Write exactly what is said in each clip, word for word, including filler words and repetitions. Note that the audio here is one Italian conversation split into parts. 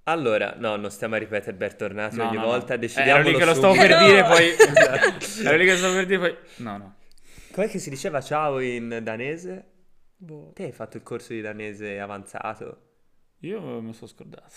Allora, no, non stiamo a ripetere bentornati No, ogni no, no. volta, Eh, ero decidiamolo lì che lo stavo subito. per No. dire, poi... ero lì che lo stavo per dire, poi... No, no. Com'è che si diceva ciao in danese? Boh. Te hai fatto il corso di danese avanzato? Io mi sono scordato.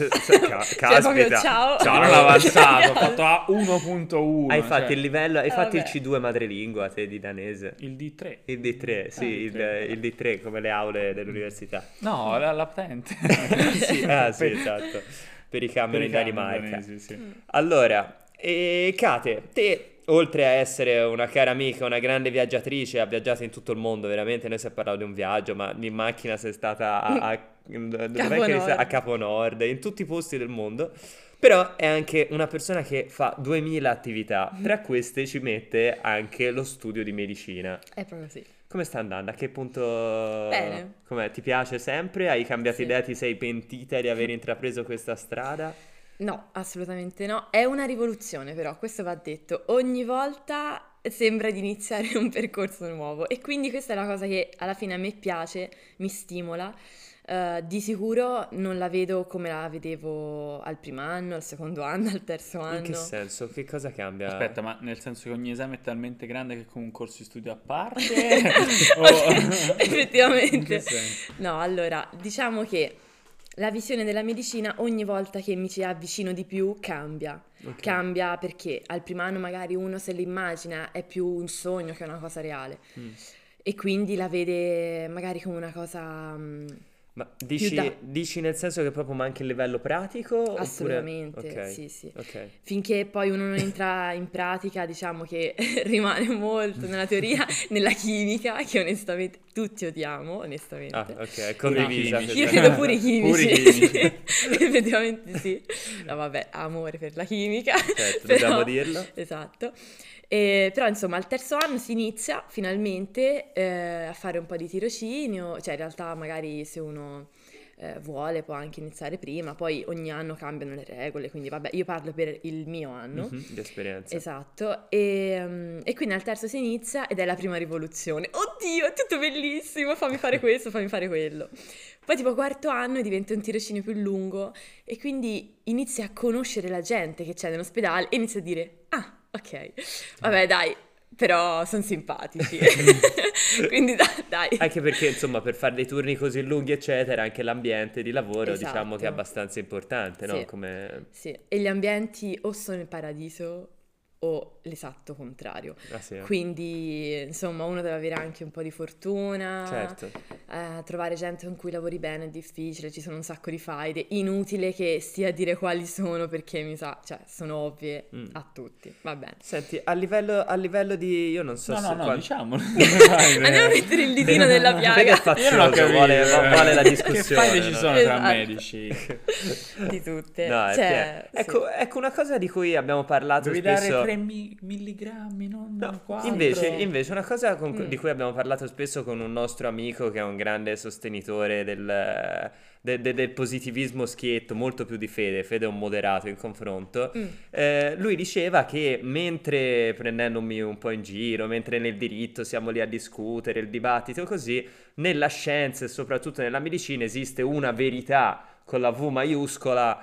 Ca- Cioè, proprio Caspita. ciao. Cioè, non avanzato, ho fatto A uno punto uno. Hai fatto cioè, il livello, hai Ah, fatto il vabbè. C due madrelingua te di danese? il D tre. Il D tre, sì, Ah, il, D tre. il D tre come le aule dell'università. No, la, la patente. Sì, ah sì, Per- esatto, per i per camion i in camion Danimarca. danesi, sì. Mm. Allora, e Kate, te, oltre a essere una cara amica, una grande viaggiatrice, ha viaggiato in tutto il mondo, veramente, noi si è parlato di un viaggio, ma in macchina sei stata a, a, dov'è che Capo eri sta- a Nord. Capo Nord, in tutti i posti del mondo, però è anche una persona che fa duemila attività, tra queste ci mette anche lo studio di medicina. È proprio così. Come sta andando? A che punto... Bene. Com'è? Ti piace sempre? Hai cambiato Sì. idea? Ti sei pentita di aver intrapreso questa strada? No, assolutamente no. È una rivoluzione, però, questo va detto. Ogni volta sembra di iniziare un percorso nuovo e quindi questa è la cosa che alla fine a me piace, mi stimola. Eh, di sicuro non la vedo come la vedevo al primo anno, al secondo anno, al terzo In che anno. senso? Che cosa cambia? Aspetta, ma nel senso che ogni esame è talmente grande che è come un corso di studio a parte? O- Ok, effettivamente. In che senso? No, allora, diciamo che la visione della medicina ogni volta che mi ci avvicino di più cambia. Ok. Cambia perché al primo anno magari uno se l'immagina è più un sogno che una cosa reale Mm. e quindi la vede magari come una cosa mm, Ma più dici, da... dici nel senso che proprio manca il livello pratico? Oppure... Assolutamente, Ok, sì, sì. ok. Finché poi uno non entra in pratica, diciamo che rimane molto nella teoria, nella chimica, che onestamente tutti odiamo, onestamente. Ah, ok, Pure i condivisa. chimici. Io questa- credo pure i Pure i chimici, chimici. sì, effettivamente sì. No, vabbè, amore per la chimica, Certo, però... dobbiamo dirlo. Esatto. E, però insomma al terzo anno si inizia finalmente eh, a fare un po' di tirocinio, cioè in realtà magari se uno eh, vuole può anche iniziare prima, poi ogni anno cambiano le regole, quindi vabbè io parlo per il mio anno. Mhm, di esperienza. Esatto, e, mm, e quindi al terzo si inizia ed è la prima rivoluzione. Oddio, è tutto bellissimo, fammi fare questo, fammi fare quello. Poi tipo quarto anno diventa un tirocinio più lungo e quindi inizi a conoscere la gente che c'è nell'ospedale e inizi a dire, ah, ok, vabbè dai, però sono simpatici. Quindi da- dai. Anche perché, insomma, per fare dei turni così lunghi, eccetera, anche l'ambiente di lavoro, diciamo che è Esatto. abbastanza importante, no? Sì. Come... Sì, e gli ambienti o sono il paradiso o l'esatto contrario. Ah, sì, eh. Quindi, insomma, uno deve avere anche un po' di fortuna. Certo. Eh, trovare gente con cui lavori bene è difficile, ci sono un sacco di faide. Inutile che stia a dire quali sono perché mi sa, cioè, sono ovvie Mm. a tutti. Va bene. Senti, a livello, a livello di... Io non so No, se... no, no, qua- diciamolo. Andiamo a mettere il ditino nella Vedi piaga è fazioso, vuole, vuole la Che discussione. faide ci no? sono tra Esatto. medici? di tutte. No, è Cioè, pieno. Ecco, ecco una cosa di cui abbiamo parlato Devi spesso... dare tre mi- milligrammi, non No, quattro. invece, invece una cosa con- Mm. di cui abbiamo parlato spesso con un nostro amico che è un grande sostenitore del, de- de- del positivismo schietto, molto più di Fede, Fede è un moderato in confronto, Mm. eh, lui diceva che mentre prendendomi un po' in giro, mentre nel diritto siamo lì a discutere, il dibattito così, nella scienza e soprattutto nella medicina esiste una verità con la V maiuscola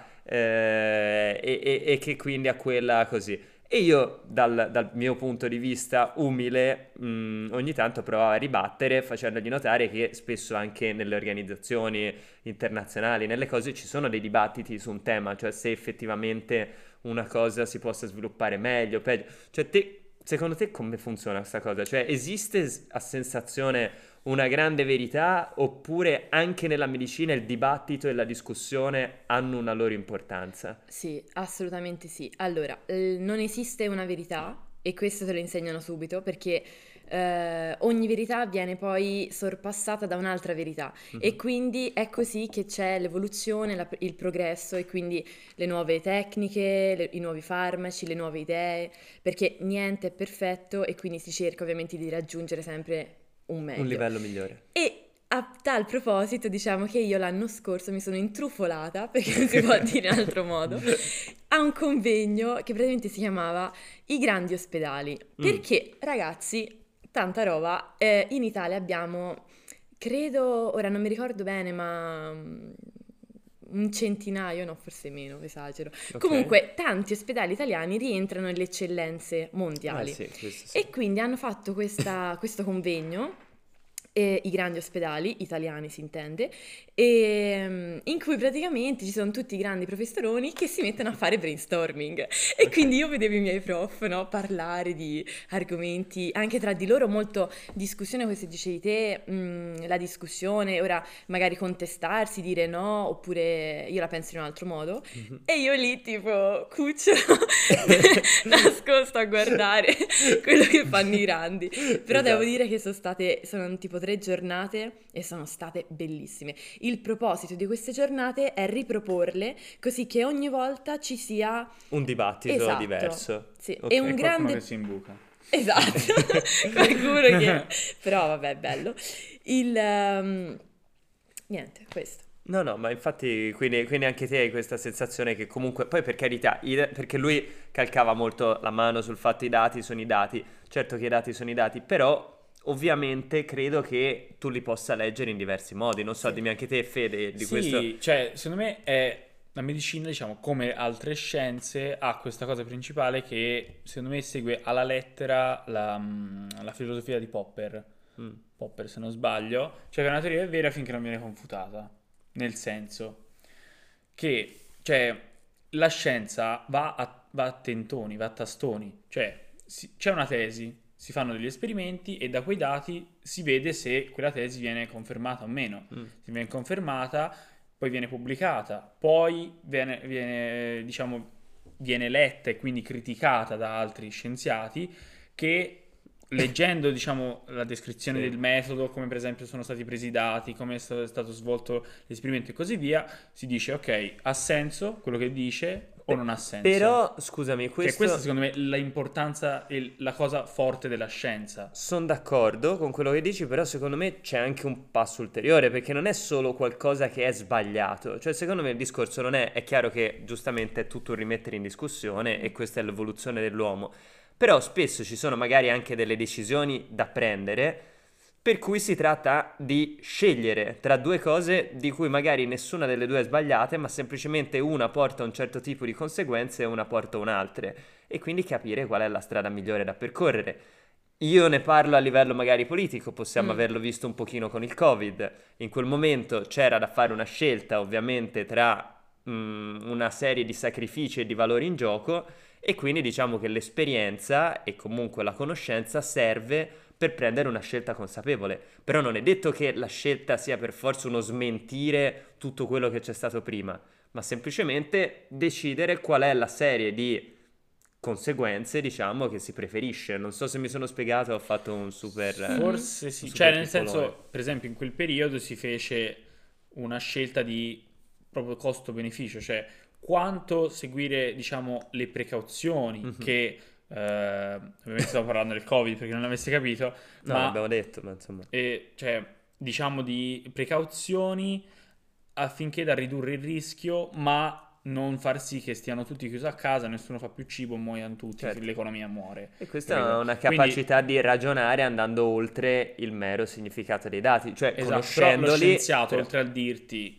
eh, e, e- e che quindi a quella così. E io dal, dal mio punto di vista umile mh, ogni tanto provavo a ribattere facendogli notare che spesso anche nelle organizzazioni internazionali, nelle cose ci sono dei dibattiti su un tema, cioè se effettivamente una cosa si possa sviluppare meglio, peggio. Cioè te, secondo te come funziona questa cosa? Cioè esiste s- a sensazione una grande verità oppure anche nella medicina il dibattito e la discussione hanno una loro importanza? Sì, assolutamente sì. Allora, eh, non esiste una verità e questo te lo insegnano subito perché eh, ogni verità viene poi sorpassata da un'altra verità e Mhm. quindi è così che c'è l'evoluzione, la- il progresso e quindi le nuove tecniche, le- i nuovi farmaci, le nuove idee, perché niente è perfetto e quindi si cerca ovviamente di raggiungere sempre un Un meglio. livello migliore. E a tal proposito, diciamo che io l'anno scorso mi sono intrufolata, perché non si può dire in altro modo, a un convegno che praticamente si chiamava I grandi ospedali. Mm. Perché, ragazzi, tanta roba, eh, in Italia abbiamo, credo, ora non mi ricordo bene, ma mm, un centinaio, no, forse meno, esagero. Ok. Comunque, tanti ospedali italiani rientrano nelle eccellenze Ah, mondiali. sì, questo sì. E quindi hanno fatto questa- questo convegno, eh, i grandi ospedali italiani si intende, e, mm, in cui praticamente ci sono tutti i grandi professoroni che si mettono a fare brainstorming. E Ok. quindi io vedevo i miei prof, no, parlare di argomenti anche tra di loro, molto discussione, come se dicevi te, mm, la discussione, ora magari contestarsi, dire no, oppure io la penso in un altro modo. Mhm. E io lì tipo cucciolo nascosto a guardare quello che fanno i grandi. Però devo Esatto. dire che sono state, sono tipo tre giornate e sono state bellissime. Il proposito di queste giornate è riproporle così che ogni volta ci sia... Un dibattito Esatto, diverso. sì. Ok. E E un qualcuno grande... che si imbuca. Esatto, qualcuno che... Però vabbè, è bello. Il... ehm, Niente, questo. No, no, ma infatti quindi, quindi anche te hai questa sensazione che comunque, poi per carità, i- perché lui calcava molto la mano sul fatto i dati sono i dati, certo che i dati sono i dati, però ovviamente credo che tu li possa leggere in diversi modi, non so, Sì. dimmi anche te Fede di Sì, questo. cioè, secondo me è la medicina, diciamo, come altre scienze, ha questa cosa principale che, secondo me, segue alla lettera la, mm, la filosofia di Popper. Mm, Popper, se non sbaglio, cioè che una teoria è vera finché non viene confutata. Nel senso che, cioè, la scienza va a, va a tentoni, va a tastoni. Cioè, si- c'è una tesi, si fanno degli esperimenti e da quei dati si vede se quella tesi viene confermata o meno. mm. Se viene confermata, poi viene pubblicata, poi viene, viene, diciamo, viene letta e quindi criticata da altri scienziati che leggendo, diciamo, la descrizione Sì. del metodo, come per esempio sono stati presi i dati, come è stato, è stato svolto l'esperimento e così via, si dice ok, ha senso quello che dice o non ha senso. Però, scusami, Cioè, questo... questa secondo me è l'importanza e la cosa forte della scienza. Sono d'accordo con quello che dici, però secondo me c'è anche un passo ulteriore, perché non è solo qualcosa che è sbagliato. Cioè, secondo me il discorso non è, è chiaro che giustamente è tutto un rimettere in discussione e questa è l'evoluzione dell'uomo, però spesso ci sono magari anche delle decisioni da prendere, per cui si tratta di scegliere tra due cose di cui magari nessuna delle due è sbagliata, ma semplicemente una porta a un certo tipo di conseguenze e una porta a un'altra, e quindi capire qual è la strada migliore da percorrere. Io ne parlo a livello magari politico, possiamo Mm. averlo visto un pochino con il Covid. In quel momento c'era da fare una scelta, ovviamente, tra mm, una serie di sacrifici e di valori in gioco, e quindi diciamo che l'esperienza e comunque la conoscenza serve per prendere una scelta consapevole. Però non è detto che la scelta sia per forza uno smentire tutto quello che c'è stato prima, ma semplicemente decidere qual è la serie di conseguenze, diciamo, che si preferisce. Non so se mi sono spiegato, ho fatto un super... eh, Forse sì, un cioè super nel titolone. senso, per esempio in quel periodo si fece una scelta di proprio costo-beneficio, cioè quanto seguire, diciamo, le precauzioni Mhm. che, eh, ovviamente stavo parlando del Covid perché non l'avesse capito, No, ma l'abbiamo detto, ma insomma... eh, cioè, diciamo di precauzioni affinché da ridurre il rischio, ma non far sì che stiano tutti chiusi a casa, nessuno fa più cibo, muoiano tutti, Certo. l'economia muore. E questa è Capito? una Quindi, capacità di ragionare andando oltre il mero significato dei dati, cioè esatto, però lo conoscendoli... scienziato, però- oltre a dirti,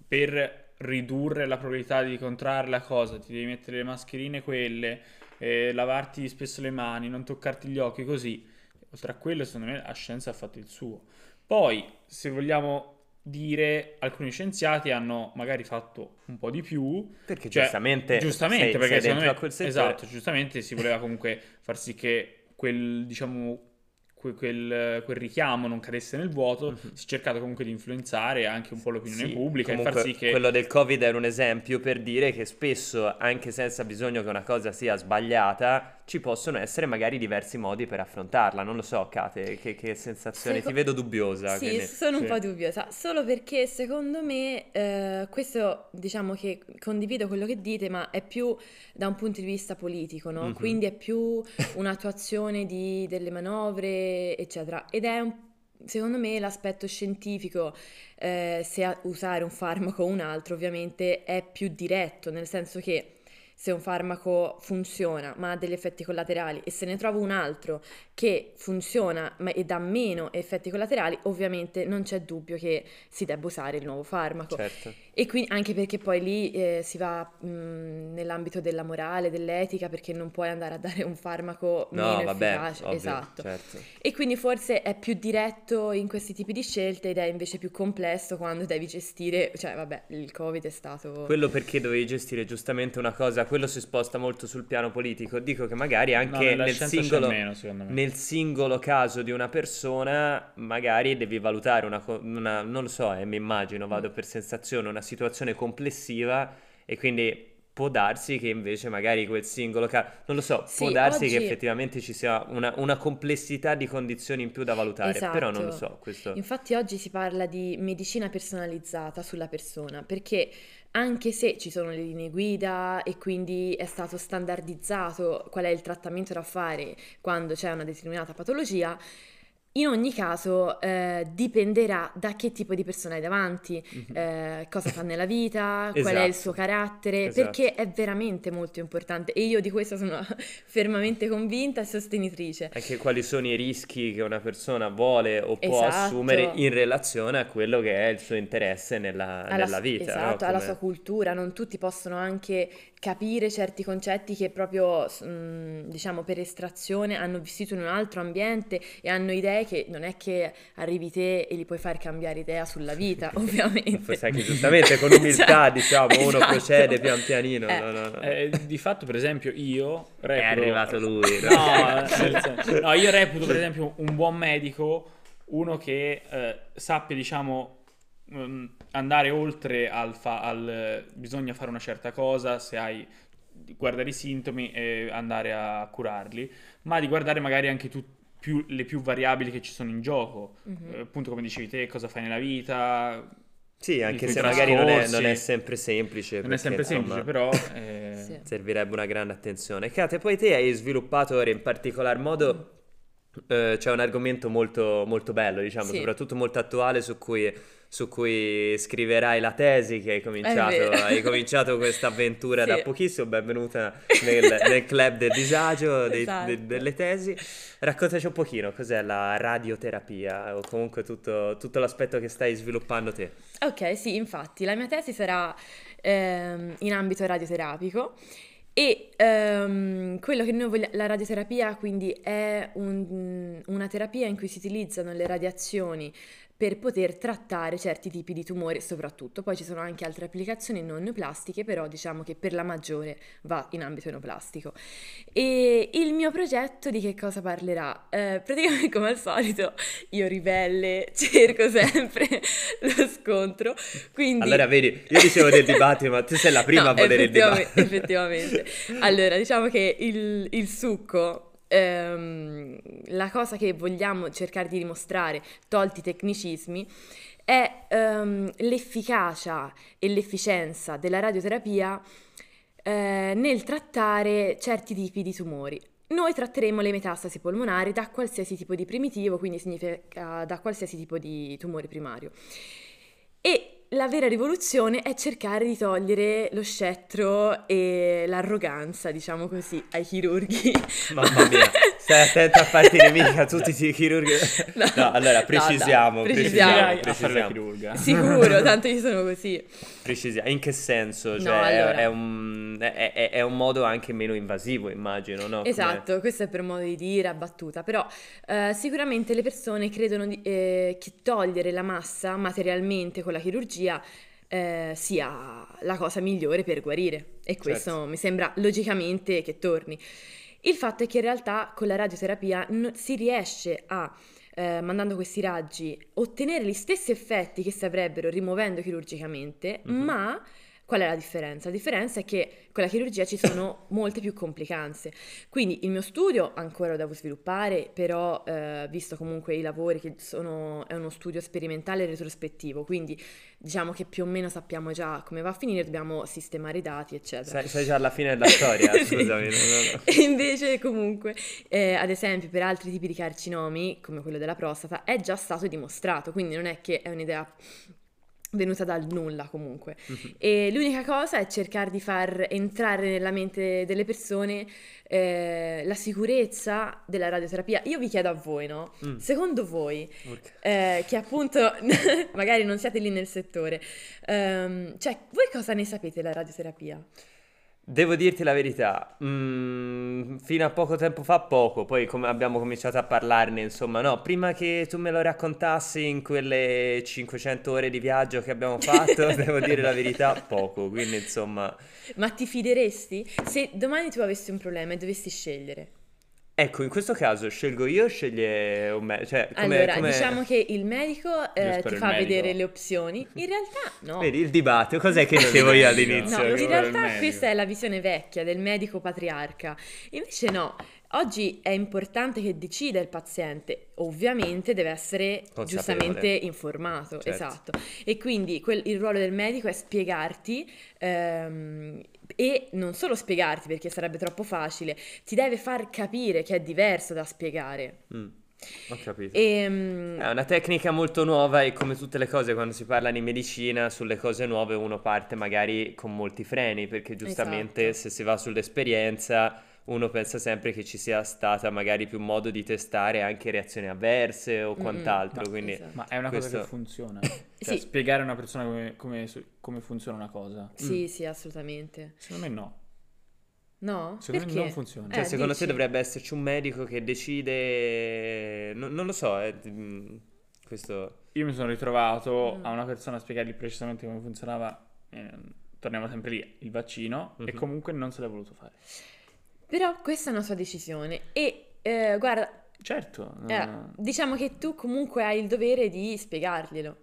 per ridurre la probabilità di contrarre la cosa, ti devi mettere le mascherine quelle, eh, lavarti spesso le mani, non toccarti gli occhi, così. Oltre a quello, secondo me, la scienza ha fatto il suo. Poi, se vogliamo dire, alcuni scienziati hanno magari fatto un po' di più, Perché cioè, giustamente giustamente, sei, perché sei secondo dentro a me, quel settore. esatto, giustamente si voleva comunque far sì che quel, diciamo, que- quel, quel richiamo non cadesse nel vuoto, Mhm. si è cercato comunque di influenzare anche un po' l'opinione Sì, pubblica e far comunque sì che... quello del Covid era un esempio per dire che spesso, anche senza bisogno che una cosa sia sbagliata, ci possono essere magari diversi modi per affrontarla. Non lo so, Kate, che, che sensazione, Seco- ti vedo dubbiosa. Sì, quindi- sono un Sì. po' dubbiosa, solo perché secondo me eh, questo diciamo che condivido quello che dite, ma è più da un punto di vista politico, no? Mhm. Quindi è più un'attuazione di, delle manovre, eccetera. Ed è un- secondo me l'aspetto scientifico, eh, se a- usare un farmaco o un altro, ovviamente è più diretto, nel senso che se un farmaco funziona ma ha degli effetti collaterali e se ne trovo un altro che funziona ma e dà meno effetti collaterali, ovviamente non c'è dubbio che si debba usare il nuovo farmaco. Certo. E quindi anche perché poi lì eh, si va mh, nell'ambito della morale, dell'etica, perché non puoi andare a dare un farmaco No, meno vabbè, efficace. ovvio, Esatto. certo. E quindi forse è più diretto in questi tipi di scelte ed è invece più complesso quando devi gestire, cioè vabbè, il Covid è stato... Quello perché dovevi gestire giustamente una cosa, quello si sposta molto sul piano politico. Dico che magari No, anche nella nel scienza c'è singolo, meno, secondo me. nel singolo caso di una persona, magari devi valutare una, co- una- non lo so, eh, mi immagino, vado per sensazione, una situazione complessiva e quindi può darsi che invece magari quel singolo caso, non lo so, può Sì, darsi che oggi... effettivamente ci sia una, una complessità di condizioni in più da valutare, però non lo Esatto. so, questo... Infatti oggi si parla di medicina personalizzata sulla persona, perché anche se ci sono le linee guida e quindi è stato standardizzato qual è il trattamento da fare quando c'è una determinata patologia, in ogni caso eh, dipenderà da che tipo di persona hai davanti, Mhm. eh, cosa fa nella vita, qual è il suo Esatto, carattere, esatto. perché è veramente molto importante e io di questo sono fermamente convinta e sostenitrice. Anche quali sono i rischi che una persona vuole o può assumere Esatto. in relazione a quello che è il suo interesse nella, alla, nella s- vita, no? esatto, alla Come... sua cultura, non tutti possono anche capire certi concetti che proprio, mm, diciamo, per estrazione hanno vissuto in un altro ambiente e hanno idee che non è che arrivi te e gli puoi far cambiare idea sulla vita, Poi ovviamente. sai che giustamente con umiltà, Cioè, diciamo, uno esatto. procede pian pianino. Eh. No, no, no. Eh, di fatto, per esempio, io È reputo... arrivato lui. no? No, nel senso- no, io reputo, per esempio, un buon medico, uno che eh, sappia, diciamo, mm, andare oltre al, fa- al eh, bisogna fare una certa cosa, se hai guardare i sintomi e andare a curarli, ma di guardare magari anche tu, più, le più variabili che ci sono in gioco. Mhm. Eh, appunto, come dicevi te, cosa fai nella vita. Sì, i anche tuoi se magari non è, trascorsi. non è sempre semplice, Non è perché sempre semplice, insomma però... eh, Sì. servirebbe una grande attenzione. Kate, poi te hai sviluppato ora in particolar modo, eh, c'è un argomento molto, molto bello, diciamo, Sì. soprattutto molto attuale su cui, su cui scriverai la tesi che hai cominciato, vero. hai cominciato questa avventura da Sì. pochissimo. Benvenuta nel, nel club del disagio, dei- Esatto. de- delle tesi. Raccontaci un pochino cos'è la radioterapia o comunque tutto, tutto l'aspetto che stai sviluppando te. Ok, sì, infatti la mia tesi sarà ehm, in ambito radioterapico e ehm, quello che noi vogliamo, la radioterapia quindi è un- una terapia in cui si utilizzano le radiazioni per poter trattare certi tipi di tumori soprattutto. Poi ci sono anche altre applicazioni non neoplastiche, però diciamo che per la maggiore va in ambito neoplastico. E il mio progetto di che cosa parlerà? Eh, praticamente come al solito io ribelle cerco sempre lo scontro, quindi... Allora, vedi, io dicevo del dibattito, ma tu sei la prima No, a volere il effettivamente, dibattito. effettivamente. Allora, diciamo che il, il succo, ehm, la cosa che vogliamo cercare di dimostrare, tolti i tecnicismi, è ehm, l'efficacia e l'efficienza della radioterapia eh, nel trattare certi tipi di tumori. Noi tratteremo le metastasi polmonari da qualsiasi tipo di primitivo, quindi significa da qualsiasi tipo di tumore primario. E la vera rivoluzione è cercare di togliere lo scettro e l'arroganza, diciamo così, ai chirurghi. Mamma mia, stai attenta a farti nemica, tutti i chirurghi. No, No, allora, no, precisiamo, dai, precisiamo, Vai a fare la precisiamo. chirurga. Sicuro, tanto io sono così. Precisiamo. In che senso? No, Cioè, è- allora. è, un, è, è- è un modo anche meno invasivo, immagino, no? Come- Esatto, questo è per modo di dire, a battuta, però eh, sicuramente le persone credono di- eh, che togliere la massa materialmente con la chirurgia eh, sia la cosa migliore per guarire e questo Certo. mi sembra logicamente che torni. Il fatto è che in realtà con la radioterapia non si riesce a, eh, mandando questi raggi, ottenere gli stessi effetti che si avrebbero rimuovendo chirurgicamente, Mhm. ma qual è la differenza? La differenza è che con la chirurgia ci sono molte più complicanze. Quindi il mio studio ancora lo devo sviluppare, però eh, visto comunque i lavori che sono, è uno studio sperimentale e retrospettivo, quindi diciamo che più o meno sappiamo già come va a finire, dobbiamo sistemare i dati, eccetera. Sai, sai già alla fine della storia, Sì. scusami. no, no, no. E invece comunque, eh, ad esempio, per altri tipi di carcinomi, come quello della prostata, è già stato dimostrato, quindi non è che è un'idea venuta dal nulla comunque. Mhm. E l'unica cosa è cercare di far entrare nella mente delle persone eh, la sicurezza della radioterapia. Io vi chiedo a voi, no? Mm. Secondo voi, Ok. eh, che appunto magari non siete lì nel settore, ehm, cioè voi cosa ne sapete della radioterapia? Devo dirti la verità, mm, fino a poco tempo fa poco, poi come abbiamo cominciato a parlarne, insomma, no, prima che tu me lo raccontassi in quelle cinquecento ore di viaggio che abbiamo fatto, devo dire la verità, poco, quindi insomma, Ma ti fideresti? Se domani tu avessi un problema e dovessi scegliere. ecco, in questo caso scelgo io o sceglie un me, cioè, come, Allora, come- diciamo che il medico eh, spero ti il fa medico. vedere le opzioni. In realtà no. Vedi, il dibattito, cos'è che dicevo io No, all'inizio? No, Io in spero il realtà medico. questa è la visione vecchia del medico patriarca. Invece no, oggi è importante che decida il paziente. Ovviamente deve essere Consapevole. giustamente informato, Certo. esatto. E quindi quel- il ruolo del medico è spiegarti ehm, e non solo spiegarti perché sarebbe troppo facile, ti deve far capire che è diverso da spiegare. Mm, ho capito. E, mm, È una tecnica molto nuova e come tutte le cose quando si parla di medicina, sulle cose nuove uno parte magari con molti freni, perché giustamente Esatto. se si va sull'esperienza uno pensa sempre che ci sia stata magari più modo di testare anche reazioni avverse o Mm-mm. quant'altro, Ma- quindi esatto. Ma è una cosa questo- che funziona. Cioè, Sì. spiegare a una persona come, come, come funziona una cosa. Sì, sì, assolutamente. Secondo me no. No? Secondo me Perché? non funziona. Cioè, Eh, secondo te dici? dovrebbe esserci un medico che decide, non, non lo so, eh, mm, questo... Io mi sono ritrovato Mm. a una persona a spiegargli precisamente come funzionava, eh, torniamo sempre lì, il vaccino, e Mhm. comunque non se l'ha voluto fare. Però questa è una sua decisione e eh, guarda, Certo, eh, no. diciamo che tu comunque hai il dovere di spiegarglielo.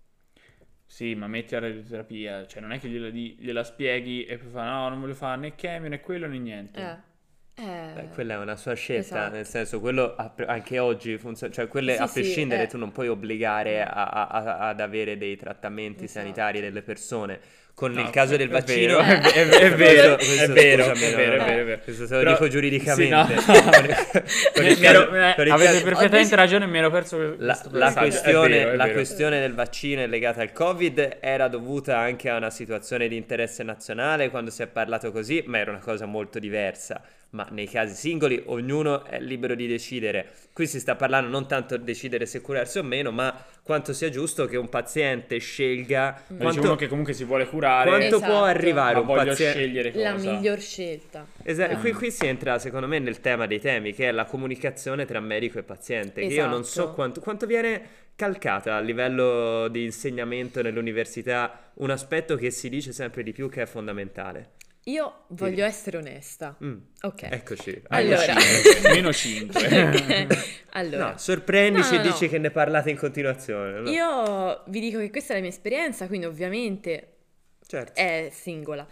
Sì, ma metti la radioterapia, cioè non è che gliela, di- gliela spieghi e poi fa no, non voglio fare né chemio né quello né niente. Eh. Eh. Beh, quella è una sua scelta, Esatto. nel senso, quello a- anche oggi funziona, cioè quelle Sì, a sì, prescindere eh. tu non puoi obbligare a- a- a- ad avere dei trattamenti Esatto. sanitari delle persone. Con No, il caso è del vero, vaccino, è, ve- è ve- è vero, questo- è vero, scusami, è no, vero, è no, vero, è vero. questo te lo Però- dico sì, giuridicamente. no. Con il- con il Mi ero- caso- eh, con il avete caso- perfettamente Ho ragione, mi ero perso La, questo la passaggio. È questione, vero, è la vero. questione del vaccino è legata al Covid era dovuta anche a una situazione di interesse nazionale quando si è parlato così, ma era una cosa molto diversa. Ma nei casi singoli ognuno è libero di decidere. Qui si sta parlando non tanto di decidere se curarsi o meno, ma quanto sia giusto che un paziente scelga Ma dice quanto, uno che comunque si vuole curare, quanto Esatto. può arrivare ma un voglio paziente. scegliere cosa. La miglior scelta. Esa- Ah. qui, qui si entra secondo me nel tema dei temi, che è la comunicazione tra medico e paziente, che io non so Esatto. quanto, quanto viene calcata a livello di insegnamento nell'università, un aspetto che si dice sempre di più che è fondamentale. Io voglio essere onesta. Mm, Ok. Eccoci. Allora. Meno cinque. Ok. Allora, No, sorprendici No, e no, dici no. che ne parlate in continuazione. no? io vi dico che questa è la mia esperienza, quindi ovviamente Certo. è singola.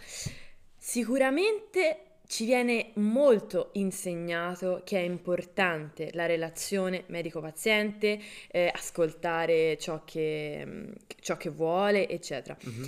Sicuramente ci viene molto insegnato che è importante la relazione medico-paziente, eh, ascoltare ciò che, mm, ciò che vuole, eccetera. Mhm.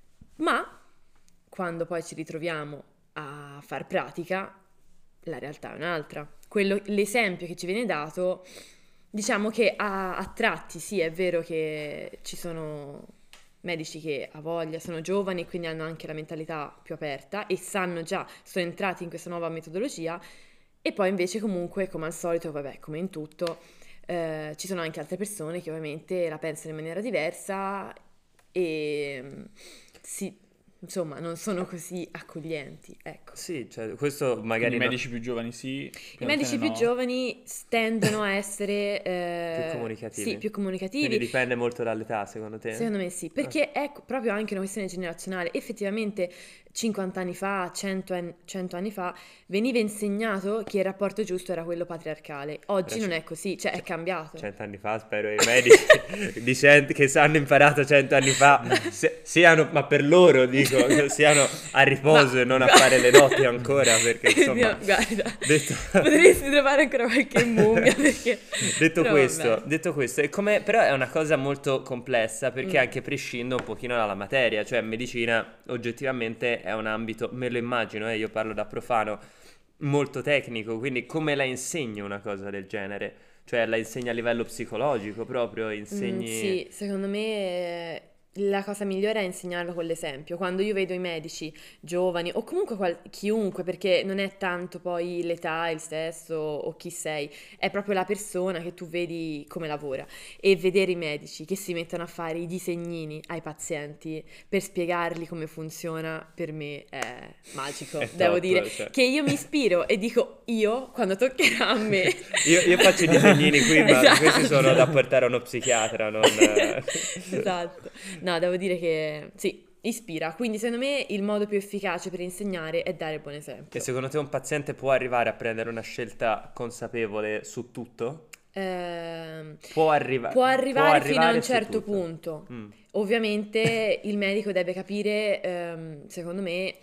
Ma quando poi ci ritroviamo a far pratica, la realtà è un'altra. Quello- l'esempio che ci viene dato, diciamo che a, a tratti sì, è vero che ci sono medici che a voglia sono giovani e quindi hanno anche la mentalità più aperta e sanno già, sono entrati in questa nuova metodologia, e poi invece comunque, come al solito, vabbè, come in tutto, eh, ci sono anche altre persone che ovviamente la pensano in maniera diversa e mm, si, insomma, non sono così accoglienti, ecco. Sì, cioè, questo magari I no- medici più giovani sì. I medici più no. giovani tendono a essere eh, Più comunicativi. Sì, più comunicativi. Quindi dipende molto dall'età, secondo te? Secondo me sì, perché è proprio anche una questione generazionale. Effettivamente cinquanta anni fa, cento, an- cento anni fa, veniva insegnato che il rapporto giusto era quello patriarcale. Oggi Però non c- è così, cioè è cambiato. Cent'anni fa, spero i medici di cent- che hanno imparato cento anni fa se- siano, ma per loro dico, siano a riposo Ma- e non a fare le notti ancora, perché insomma, No, guarda, detto, potresti trovare ancora qualche mummia perché... detto però questo, vabbè. detto questo, è come, però è una cosa molto complessa perché Mm. anche prescinde un pochino dalla materia, cioè medicina oggettivamente è un ambito, me lo immagino, eh, io parlo da profano, molto tecnico, quindi come la insegno una cosa del genere? Cioè la insegni a livello psicologico proprio, Mm, insegni... sì, secondo me eh, la cosa migliore è insegnarlo con l'esempio. Quando io vedo i medici giovani o comunque qual- chiunque, perché non è tanto poi l'età, il sesso o chi sei, è proprio la persona che tu vedi come lavora. E vedere i medici che si mettono a fare i disegnini ai pazienti per spiegargli come funziona, per me è magico. È Devo top, dire cioè. che io mi ispiro e dico io, quando toccherà a me... Io, io faccio i disegnini qui, ma Esatto. questi sono da portare a uno psichiatra, non... Esatto. No, devo dire che sì, ispira. Quindi secondo me il modo più efficace per insegnare è dare buon E esempio. secondo te un paziente può arrivare a prendere una scelta consapevole su tutto? Ehm, Può, arriva- può arrivare fino a arrivare un su certo tutto. punto. Mm. Ovviamente il medico deve capire, ehm, secondo me,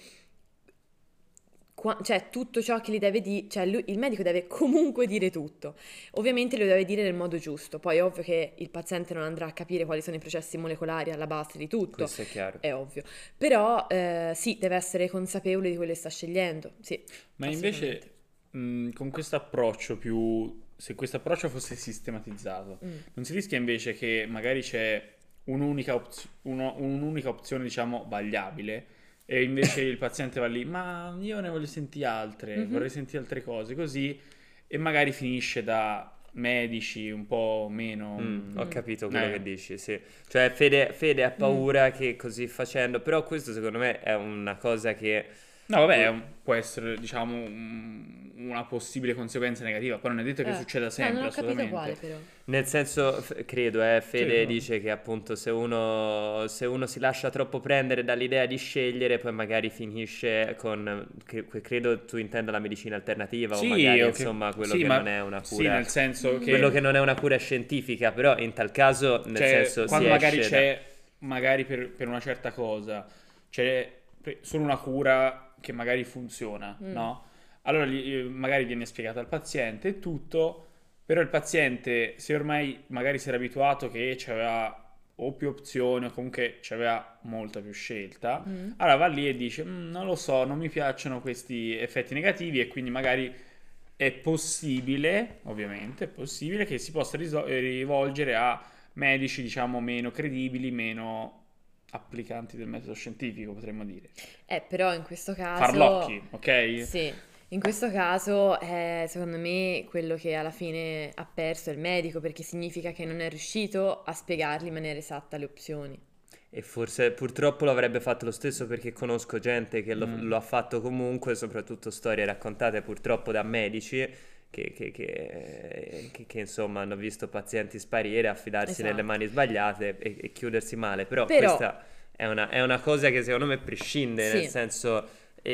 qua- cioè tutto ciò che gli deve dire, cioè lui- il medico deve comunque dire tutto. Ovviamente lo deve dire nel modo giusto. Poi è ovvio che il paziente non andrà a capire quali sono i processi molecolari alla base di tutto. Questo è chiaro. È ovvio. Però eh, sì, deve essere consapevole di quello che sta scegliendo. Sì, Ma assolutamente. invece mh, con questo approccio più, se questo approccio fosse sistematizzato, Mm. non si rischia invece che magari c'è un'unica, opz- uno- un'unica opzione, diciamo, vagliabile, e invece il paziente va lì, ma io ne voglio sentire altre, Mhm. vorrei sentire altre cose, così, e magari finisce da medici un po' meno... Mm, ho Mm. capito quello Eh. che dici, sì. Cioè Fede, Fede ha Mm. paura che così facendo, però questo secondo me è una cosa che... No, vabbè, è un- può essere, diciamo, un- una possibile conseguenza negativa, però non è detto che Eh, succeda eh, sempre, non ho capito assolutamente. quale però. Nel senso, f- credo, eh, Fede Sì, no. dice che appunto se uno, se uno si lascia troppo prendere dall'idea di scegliere, poi magari finisce con, cre- credo tu intenda la medicina alternativa o Sì, magari o che- insomma quello sì, che ma- non è una Sì, cura, nel senso che... quello che non è una cura scientifica, però in tal caso, nel cioè, senso, quando si magari esce da- c'è, magari per, per una certa cosa, c'è pre- solo una cura che magari funziona, Mm. no? Allora gli- eh, magari viene spiegato al paziente e tutto, però il paziente, se ormai magari si era abituato che c'aveva o più opzioni o comunque c'aveva molta più scelta, Mm. allora va lì e dice, "Mm, non lo so, non mi piacciono questi effetti negativi", e quindi magari è possibile, ovviamente, è possibile che si possa riso- eh, rivolgere a medici, diciamo, meno credibili, meno applicanti del metodo scientifico, potremmo dire. Eh, però in questo caso... Farlocchi, ok? Sì, in questo caso eh, secondo me quello che alla fine ha perso è il medico perché significa che non è riuscito a spiegargli in maniera esatta le opzioni. E forse purtroppo lo avrebbe fatto lo stesso perché conosco gente che lo, Mm. lo ha fatto comunque, soprattutto storie raccontate purtroppo da medici che, che- che- che- che, insomma hanno visto pazienti sparire, affidarsi Esatto. nelle mani sbagliate e, e chiudersi male. Però, Però- questa è una, è una cosa che secondo me prescinde, Sì. nel senso, e,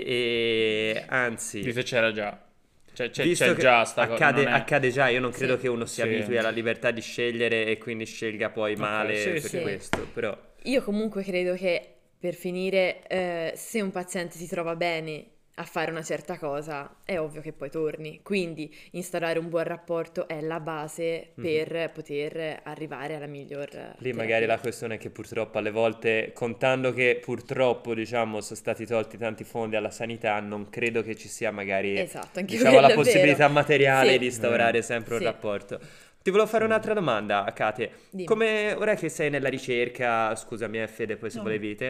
e- anzi... Visto c'era già. Cioè, c'è, Visto c'è che già sta cosa. accade, non è- accade già, io non Sì. credo che uno si Sì. abitui alla libertà di scegliere e quindi scelga poi male sì, per sì. questo, però... Io comunque credo che per finire, eh, se un paziente si trova bene a fare una certa cosa, è ovvio che poi torni. Quindi instaurare un buon rapporto è la base per poter arrivare alla miglior Lì magari terapia. la questione è che purtroppo alle volte, contando che purtroppo diciamo sono stati tolti tanti fondi alla sanità, non credo che ci sia magari Esatto, anche diciamo quello la è possibilità vero. materiale Sì. di instaurare Eh. sempre un Sì. rapporto. Ti volevo fare un'altra domanda, Kate. Dimmi. Come ora che sei nella ricerca, scusami, eh, Fede, poi se No. volevi te,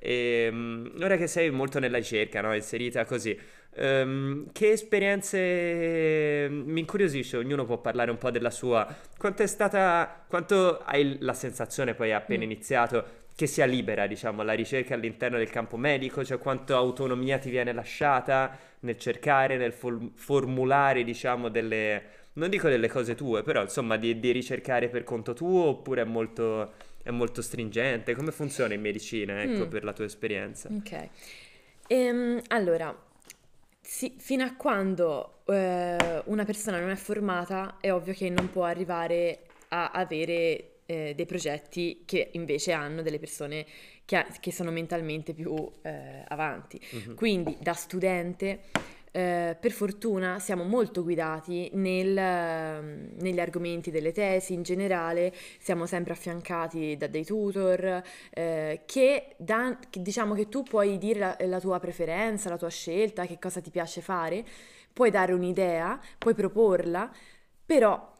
ehm, ora che sei molto nella ricerca, no, inserita così, ehm, che esperienze mi incuriosisce, ognuno può parlare un po' della sua. Quanto è stata, quanto hai la sensazione poi appena Mm. iniziato che sia libera, diciamo, la ricerca all'interno del campo medico, cioè quanto autonomia ti viene lasciata nel cercare, nel for- formulare, diciamo, delle, non dico delle cose tue, però insomma di, di ricercare per conto tuo oppure è molto, è molto stringente? Come funziona in medicina, ecco, Mm. per la tua esperienza? Ok. Ehm, allora, sì, fino a quando eh, una persona non è formata, è ovvio che non può arrivare a avere eh, dei progetti che invece hanno delle persone che, ha- che sono mentalmente più eh, avanti. Mhm. Quindi, da studente, eh, per fortuna siamo molto guidati nel, ehm, negli argomenti delle tesi in generale, siamo sempre affiancati da dei tutor eh, che, da- che diciamo che tu puoi dire la, la tua preferenza, la tua scelta, che cosa ti piace fare, puoi dare un'idea, puoi proporla, però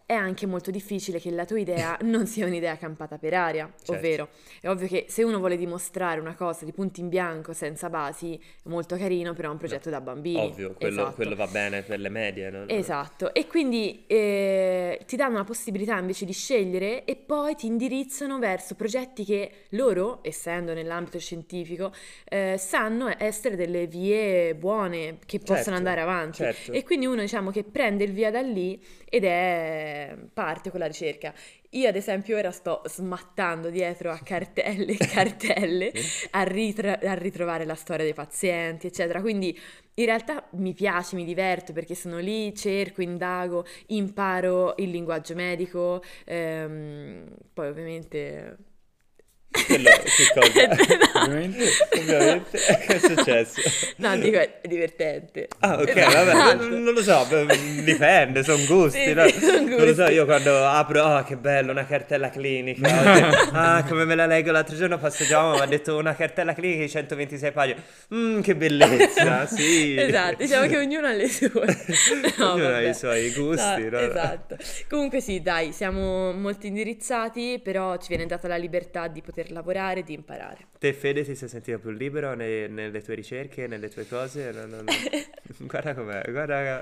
è anche molto difficile che la tua idea non sia un'idea campata per aria, Certo. ovvero è ovvio che se uno vuole dimostrare una cosa di punto in bianco senza basi è molto carino, però è un progetto da bambini. Ovvio, quello, Esatto. quello va bene per le medie, no? Esatto, e quindi eh, ti danno la possibilità invece di scegliere e poi ti indirizzano verso progetti che loro, essendo nell'ambito scientifico, eh, sanno essere delle vie buone che possono Certo, andare avanti. certo. E quindi uno, diciamo, che prende il via da lì ed è parte con la ricerca. Io ad esempio ora sto smattando dietro a cartelle e cartelle a, ritra- a ritrovare la storia dei pazienti, eccetera. Quindi in realtà mi piace, mi diverto perché sono lì, cerco, indago, imparo il linguaggio medico, ehm, poi ovviamente... Quello, che cosa? No. Ovviamente. Ovviamente, che è successo? No, dico, è divertente. Ah, ok, Esatto. vabbè, non, non lo so, beh, dipende, sono gusti, Sì, no? sì, son Non lo so, gusti. io quando apro, oh, che bello, una cartella clinica. Oggi- Ah, come me la leggo, l'altro giorno passeggiavamo, mi ha detto una cartella clinica di centoventisei pagine. Mmm, che bellezza, sì. Esatto, diciamo che ognuno ha le sue. No, Ognuno ha vabbè. i suoi gusti, no? Esatto. Comunque sì, dai, siamo molto indirizzati, però ci viene data la libertà di poter lavorare, di imparare. Te, Fede, ti sei sentito più libero ne- nelle tue ricerche, nelle tue cose? No, no, no. Guarda com'è, guarda...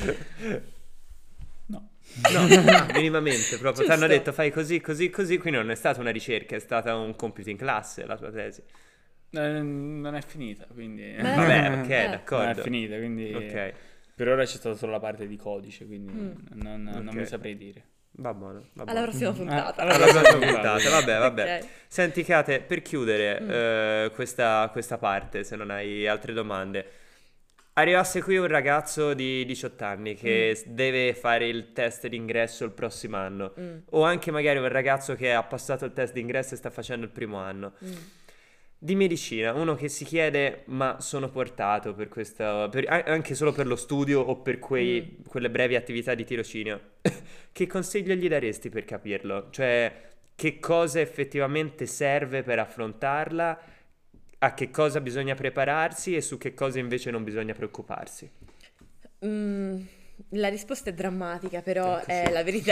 No. No, ah, minimamente, proprio. Ti hanno Giusto. detto fai così, così, così, quindi non è stata una ricerca, è stata un compito in classe la tua tesi. Eh, non è finita, quindi... Ma- Vabbè, ok, Eh. d'accordo. Non è finita, quindi... Ok, Per ora c'è stata solo la parte di codice, quindi Mm. non, non Ok. vi saprei dire. va buono, va Alla buono. prossima puntata. alla Alla prossima puntata, vabbè, vabbè. Ok. Senti, Kate, per chiudere Mm. eh, questa, questa parte, se non hai altre domande, arrivasse qui un ragazzo di diciotto anni che s- deve fare il test d'ingresso il prossimo anno, Mm, o anche magari un ragazzo che ha passato il test d'ingresso e sta facendo il primo anno. mm. Di medicina, uno che si chiede, ma sono portato per questo, per- a- anche solo per lo studio o per quei- quelle brevi attività di tirocinio, che consiglio gli daresti per capirlo? Cioè, che cosa effettivamente serve per affrontarla, a che cosa bisogna prepararsi e su che cosa invece non bisogna preoccuparsi? Mm, la risposta è drammatica, però Ecco, è sì. la verità.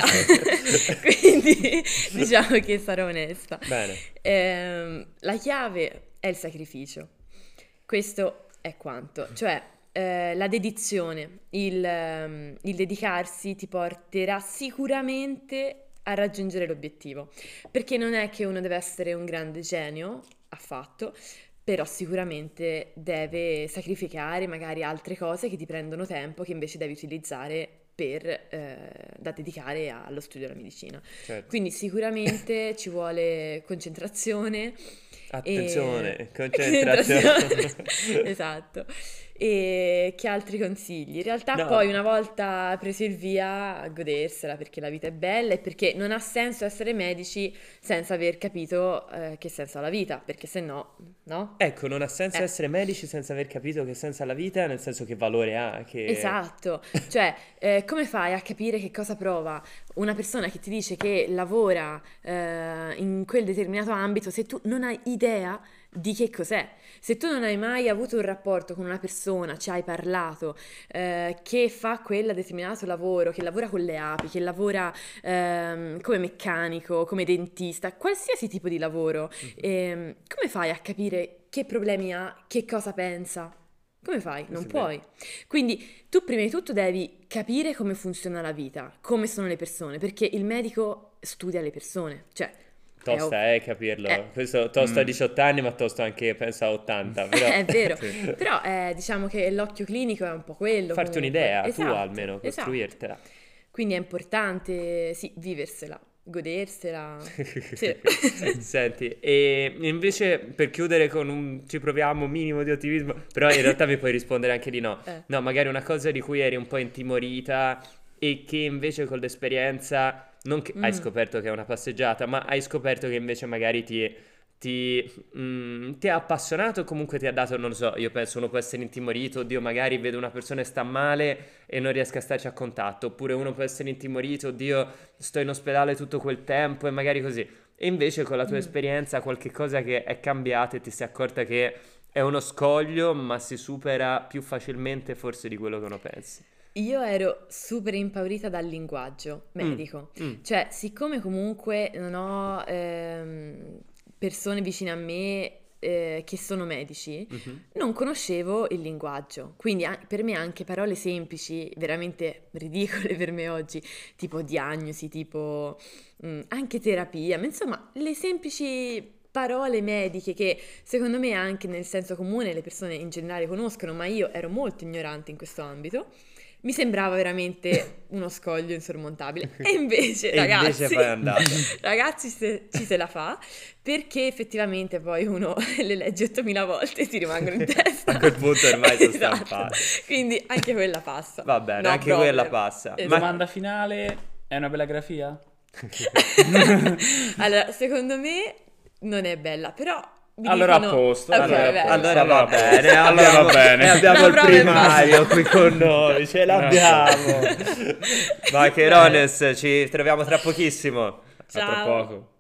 Quindi diciamo che sarò onesta. Bene, Ehm, la chiave è il sacrificio. Questo è quanto. Cioè, eh, la dedizione, il, ehm, il dedicarsi ti porterà sicuramente a raggiungere l'obiettivo. Perché non è che uno deve essere un grande genio, affatto, però sicuramente deve sacrificare magari altre cose che ti prendono tempo, che invece devi utilizzare per, eh, da dedicare allo studio della medicina. certo. Quindi sicuramente ci vuole concentrazione. Attenzione, e- concentrazione. Esatto. E che altri consigli? In realtà No. poi una volta preso il via a godersela perché la vita è bella e perché non ha senso essere medici senza aver capito eh, che senso ha la vita, perché se no, no? Ecco, non ha senso Eh. essere medici senza aver capito che senso ha la vita, nel senso che valore ha, che... Esatto, cioè eh, come fai a capire che cosa prova una persona che ti dice che lavora eh, in quel determinato ambito se tu non hai idea di che cos'è? Se tu non hai mai avuto un rapporto con una persona, ci hai parlato, eh, che fa quel determinato lavoro, che lavora con le api, che lavora ehm, come meccanico, come dentista, qualsiasi tipo di lavoro, ehm, come fai a capire che problemi ha, che cosa pensa? Come fai? Non Sì, puoi. Quindi tu prima di tutto devi capire come funziona la vita, come sono le persone, perché il medico studia le persone, cioè è ov- Tosta, eh, capirlo. Eh. Questo tosto a Mm. diciotto anni, ma tosto anche, penso, a ottanta. Però... è vero, Sì. però eh, diciamo che l'occhio clinico è un po' quello. Farti comunque. un'idea, tua Esatto, almeno, esatto. costruirtela. Quindi è importante, sì, viversela, godersela. Sì. Senti, e invece per chiudere con un ci proviamo minimo di ottimismo, però in realtà mi puoi rispondere anche di no. Eh. No, magari una cosa di cui eri un po' intimorita e che invece con l'esperienza, non che hai Mm. scoperto che è una passeggiata, ma hai scoperto che invece magari ti, ti, mm, ti ha appassionato o comunque ti ha dato, non lo so, io penso uno può essere intimorito, oddio magari vedo una persona e sta male e non riesco a starci a contatto, oppure uno può essere intimorito, oddio sto in ospedale tutto quel tempo e magari così. E invece con la tua Mm. esperienza qualche cosa che è cambiata e ti sei accorta che è uno scoglio ma si supera più facilmente forse di quello che uno pensa. io ero super impaurita dal linguaggio medico. Mm, mm. Cioè, siccome comunque non ho ehm, persone vicine a me eh, che sono medici, Mhm. non conoscevo il linguaggio. Quindi a- per me anche parole semplici, veramente ridicole per me oggi, tipo diagnosi, tipo mm, anche terapia, ma insomma, le semplici parole mediche che secondo me anche nel senso comune le persone in generale conoscono, ma io ero molto ignorante in questo ambito. Mi sembrava veramente uno scoglio insormontabile. E invece, E ragazzi, invece poi è andata. ragazzi, se- ci se la fa, perché effettivamente poi uno le legge ottomila volte e ti rimangono in testa. A quel punto ormai sono Esatto. stampate. Quindi anche quella passa. Va bene, No anche problem. quella passa. Esatto. Ma Domanda finale, è una bella grafia? Allora, secondo me non è bella, però mi Allora dicono... a posto, Ok, allora a bene. posto. allora Allora va bene, allora abbiamo, va bene. e abbiamo La il prova è primario qui con noi, ce l'abbiamo. Vai che Bene. Rones, ci troviamo tra pochissimo. A tra Ciao. poco.